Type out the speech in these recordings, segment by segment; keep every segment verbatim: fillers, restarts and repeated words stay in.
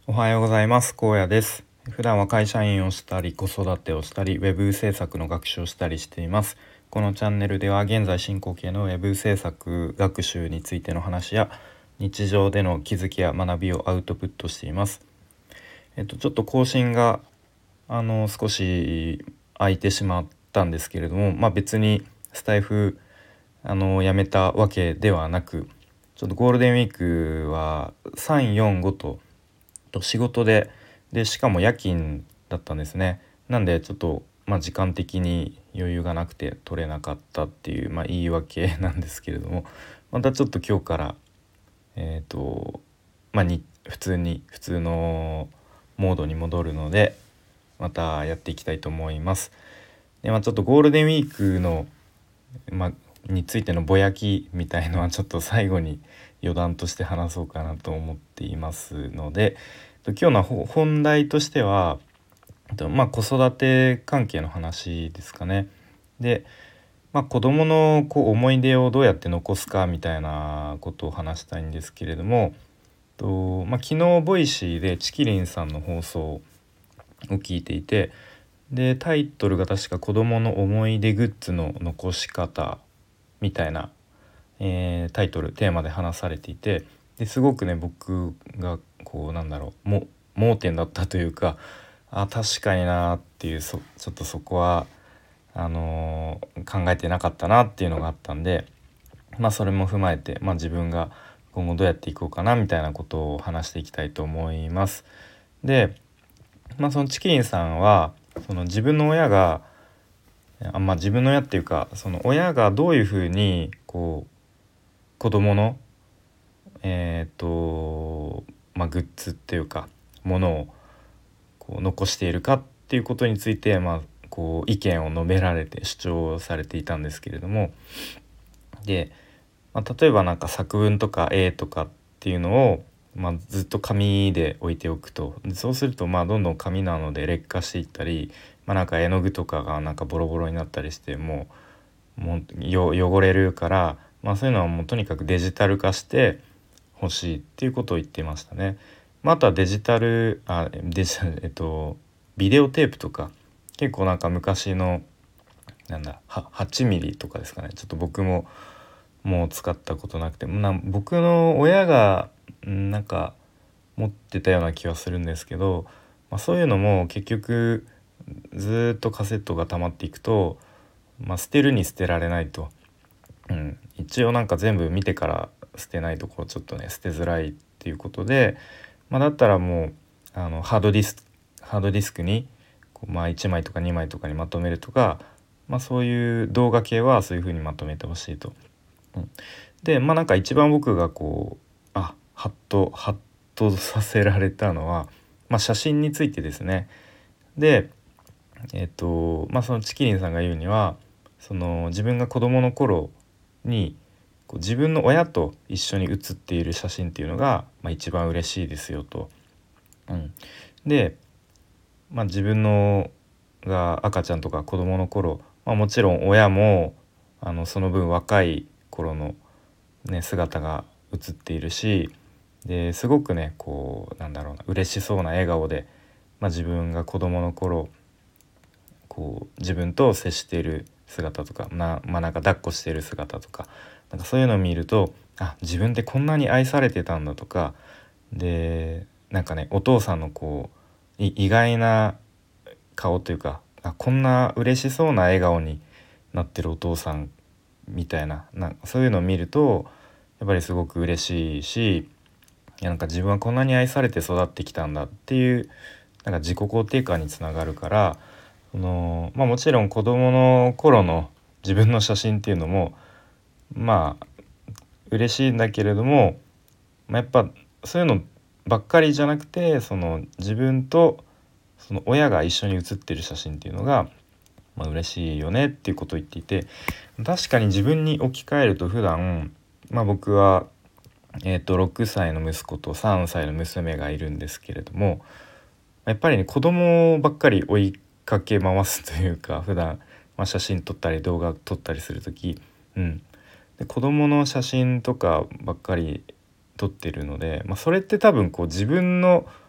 おはようございます。荒野です。普段は会社員をしたり、子育てをしたり、ウェブ制作の学習をしたりしています。このチャンネルでは現在進行形のウェブ制作学習についての話や、日常での気づきや学びをアウトプットしています。えっとちょっと更新があの少し空いてしまったんですけれども、まあ別にスタイフあのやめたわけではなく、ちょっとゴールデンウィークはさん、よん、ごとと仕事ででしかも夜勤だったんですね。なんでちょっと、まあ、時間的に余裕がなくて取れなかったっていう、まあ、言い訳なんですけれども、またちょっと今日からえっ、とまあに普通に普通のモードに戻るので、またやっていきたいと思います。で、まあ、ちょっとゴールデンウィークの、まあ、についてのぼやきみたいのはちょっと最後に余談として話そうかなと思っていますので、今日の本題としては、まあ、子育て関係の話ですかね。で、まあ、子どものこう思い出をどうやって残すかみたいなことを話したいんですけれども、と、まあ、昨日ボイシーでチキリンさんの放送を聞いていて、でタイトルが確か子どもの思い出グッズの残し方みたいな、えータイトルテーマで話されていて、ですごくね僕がこうなんだろうも盲点だったというか、あ確かになっていう、そちょっとそこはあのー考えてなかったなっていうのがあったんで、まあそれも踏まえて、まあ、自分が今後どうやっていこうかなみたいなことを話していきたいと思います。で、まあ、そのチキリンさんはその自分の親があ、まあ、自分の親っていうかその親がどういうふうにこう子供のえっとまあグッズっていうかものをこう残しているかっていうことについて、まあ、こう意見を述べられて主張されていたんですけれども、で、まあ、例えばなんか作文とか絵とかっていうのを、まあ、ずっと紙で置いておくと、でそうするとまあどんどん紙なので劣化していったり、まあ、なんか絵の具とかがなんかボロボロになったりしてもうもうよ汚れるから、まあ、そういうのはもうとにかくデジタル化してほしいっていうことを言っていましたね。まあ、あとはデジタルあデジタルえっとビデオテープとか結構なんか昔のなんだははちミリとかですかね。ちょっと僕ももう使ったことなくて、な僕の親がんなんか持ってたような気はするんですけど、まあ、そういうのも結局ずっとカセットが溜まっていくと、まあ、捨てるに捨てられないと、うん、一応なんか全部見てから捨てないとこうちょっとね捨てづらいっていうことで、まあ、だったらもうあのハードディスクハードディスクにこう、まあ、いちまいとかにまいとかにまとめるとか、まあ、そういう動画系はそういうふうにまとめてほしいと。うん、でまあなんか一番僕がこうあハッとハッとさせられたのは、まあ、写真についてですね。でえっとまあそのチキリンさんが言うには、その自分が子供の頃にこう自分の親と一緒に写っている写真っていうのが、まあ、一番嬉しいですよと。うん、で、まあ、自分のが赤ちゃんとか子供の頃、まあ、もちろん親もあのその分若い頃の、ね、姿が写っているし、ですごくねこうなんだろうな嬉しそうな笑顔で、まあ、自分が子供の頃こう自分と接している姿とかな、まあ、なんか抱っこしている姿とか、なんかそういうのを見ると、あ自分ってこんなに愛されてたんだとか、でなんかねお父さんのこうい意外な顔というか、あこんな嬉しそうな笑顔になってるお父さんみたいな、なんかそういうのを見るとやっぱりすごく嬉しいし、いやなんか自分はこんなに愛されて育ってきたんだっていうなんか自己肯定感につながるから、その、まあ、もちろん子どもの頃の自分の写真っていうのもまあ嬉しいんだけれども、まあ、やっぱそういうのばっかりじゃなくて、その自分とその親が一緒に写ってる写真っていうのが、まあ、嬉しいよねっていうことを言っていて、確かに自分に置き換えると普段、まあ、僕は、えー、とろくさいの息子とさんさいの娘がいるんですけれども、やっぱりね子供ばっかり追いかけ回すというか、普段、まあ、写真撮ったり動画撮ったりする時、うん、で子供の写真とかばっかり撮ってるので、まあ、それって多分こう自分の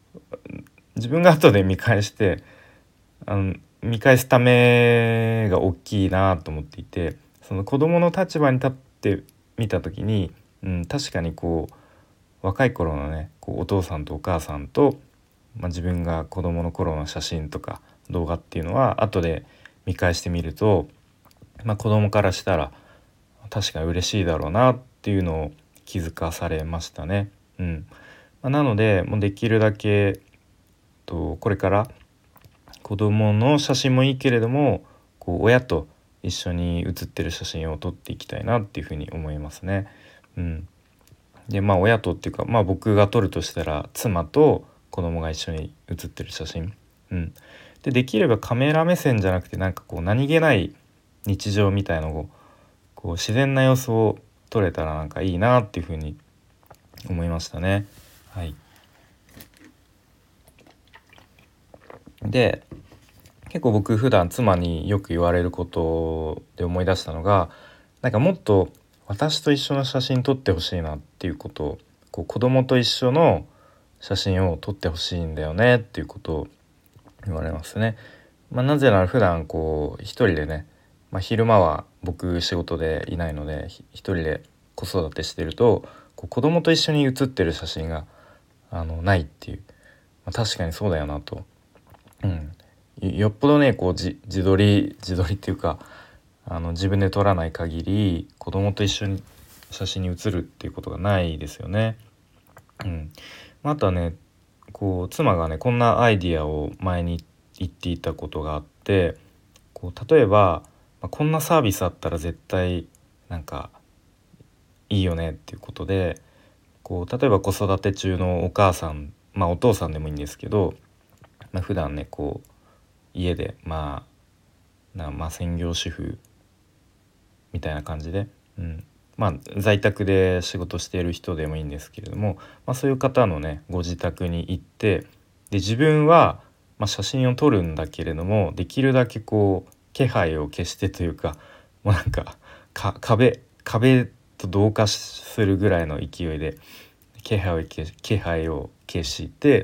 自分が後で見返してあの見返すためが大きいなと思っていて、その子供の立場に立ってみた時に、うん、確かにこう若い頃のねこうお父さんとお母さんと、まあ、自分が子供の頃の写真とか動画っていうのは後で見返してみると、まあ、子供からしたら確かに嬉しいだろうなっていうのを気づかされましたね。うんまあ、なのでもうできるだけとこれから子供の写真もいいけれどもこう親と一緒に写ってる写真を撮っていきたいなっていうふうに思いますね。うん、でまあ親とっていうか、まあ、僕が撮るとしたら妻と子供が一緒に写ってる写真、うん、でできればカメラ目線じゃなくてなんかこう何気ない日常みたいのをこう自然な様子を撮れたらなんかいいなっていうふうに思いましたね。はい、で結構僕普段妻によく言われることで思い出したのが、なんかもっと私と一緒の写真撮ってほしいなっていうことを、こう子供と一緒の写真を撮ってほしいんだよねっていうことを言われますね。まあ、なぜなら普段こう一人でね、まあ、昼間は僕仕事でいないのでひ一人で子育てしてるとこう子供と一緒に写ってる写真があのないっていう、まあ、確かにそうだよなと。うん、よっぽどねこうじ自撮り自撮りっていうかあの自分で撮らない限り子供と一緒に写真に写るっていうことがないですよね。うんまあ、あとはねこう妻がねこんなアイディアを前に言っていたことがあって、こう例えば、まあ、こんなサービスあったら絶対なんかいいよねっていうことで、こう例えば子育て中のお母さん、まあお父さんでもいいんですけど、まあ、普段ねこう家でまあなまあ専業主婦みたいな感じで、うん、まあ在宅で仕事している人でもいいんですけれども、まあ、そういう方のねご自宅に行って、で自分は、まあ、写真を撮るんだけれどもできるだけこう気配を消してというか、もうなんか、か壁壁と同化するぐらいの勢いで気配を消し気配を消して、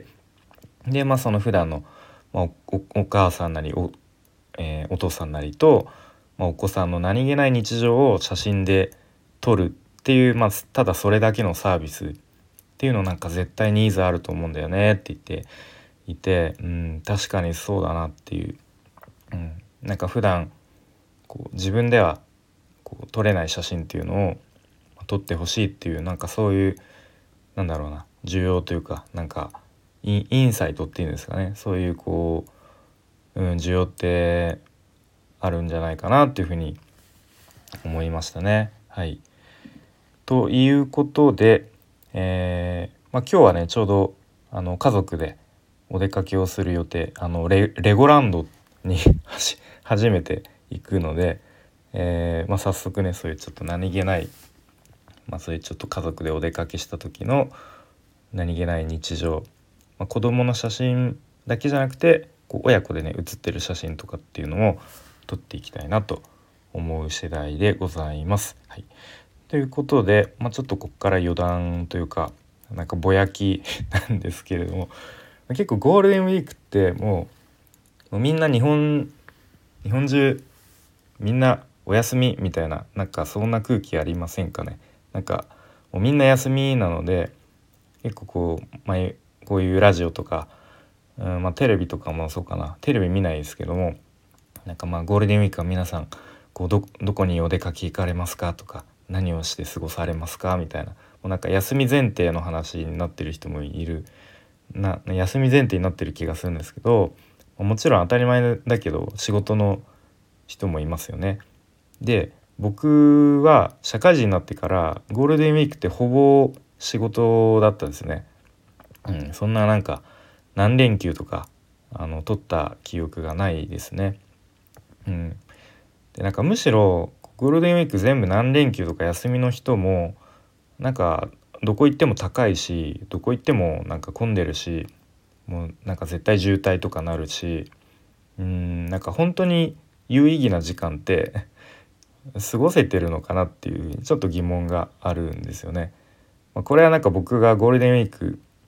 でまあその普段の、まあ、お, お, お母さんなり お,、えーお父さんなりと、まあ、お子さんの何気ない日常を写真で撮るっていう、まあ、ただそれだけのサービスっていうのなんか絶対ニーズあると思うんだよねって言っていて、うん、確かにそうだなっていう、うん、なんか普段こう自分ではこう撮れない写真っていうのを撮ってほしいっていうなんかそういうなんだろうな需要というかなんかインインサイトっていうんですかね、そういうこう、うん、需要ってあるんじゃないかなっていうふうに思いましたね。はい、ということで、えーまあ、今日はねちょうどあの家族でお出かけをする予定、あの レ, レゴランドに初めて行くので、えーまあ、早速ねそういうちょっと何気ない、まあ、そういうちょっと家族でお出かけした時の何気ない日常、まあ、子供の写真だけじゃなくてこう親子でね写ってる写真とかっていうのを撮っていきたいなと思う次第でございます。はい、ということで、まあ、ちょっとここから余談というかなんかぼやきなんですけれども、結構ゴールデンウィークってもう、もうみんな日本日本中みんなお休みみたいななんかそんな空気ありませんかね。なんかもうみんな休みなので結構こう、まあ、こういうラジオとか、うんまあ、テレビとかもそうかな、テレビ見ないですけども、なんかまあゴールデンウィークは皆さんこう ど, どこにお出かけ行かれますかとか何をして過ごされますかみたいな、もうなんか休み前提の話になってる人もいるな、休み前提になってる気がするんですけど、もちろん当たり前だけど仕事の人もいますよね。で僕は社会人になってからゴールデンウィークってほぼ仕事だったんですね。うん、そんななんか何連休とかあの取った記憶がないですね。うん、でなんかむしろゴールデンウィーク全部何連休とか休みの人もなんかどこ行っても高いしどこ行ってもなんか混んでるし、もうなんか絶対渋滞とかなるし、うーんなんか本当に有意義な時間って過ごせてるのかなっていうちょっと疑問があるんですよね。まあ、これはなんか僕がゴールデンウィーク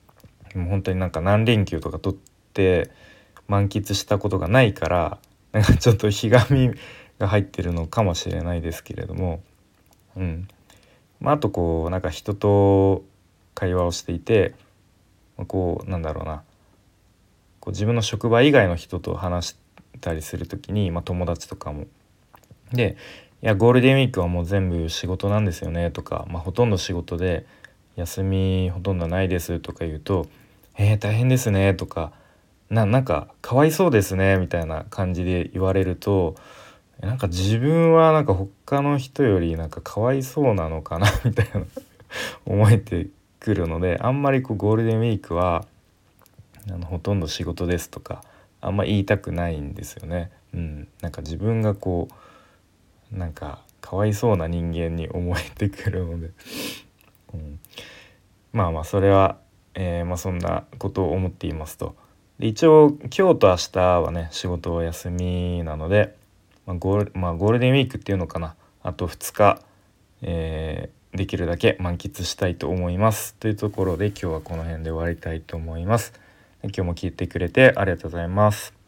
もう本当になんか何連休とか取って満喫したことがないから、なんかちょっとひがみが入ってるのかもしれないですけれども、うんまあ、あとこうなんか人と会話をしていて、こうなんだろうなこう自分の職場以外の人と話したりする時に、まあ、友達とかもで「いやゴールデンウィークはもう全部仕事なんですよね」とか、まあ、ほとんど仕事で休みほとんどないですとか言うと「えー、大変ですね」とかな、なんかかわいそうですねみたいな感じで言われると、なんか自分はなんか他の人よりなんかかわいそうなのかなみたいな思えてくるので、あんまりこうゴールデンウィークはあのほとんど仕事ですとかあんま言いたくないんですよね。うん、なんか自分がこうなんかかわいそうな人間に思えてくるので、うん、まあまあそれは、えーまあ、そんなことを思っていますと。で一応今日と明日はね仕事お休みなので、まあゴール、まあ、ゴールデンウィークっていうのかな、あとふつか、えーできるだけ満喫したいと思いますというところで、今日はこの辺で終わりたいと思います。今日も聞いてくれてありがとうございます。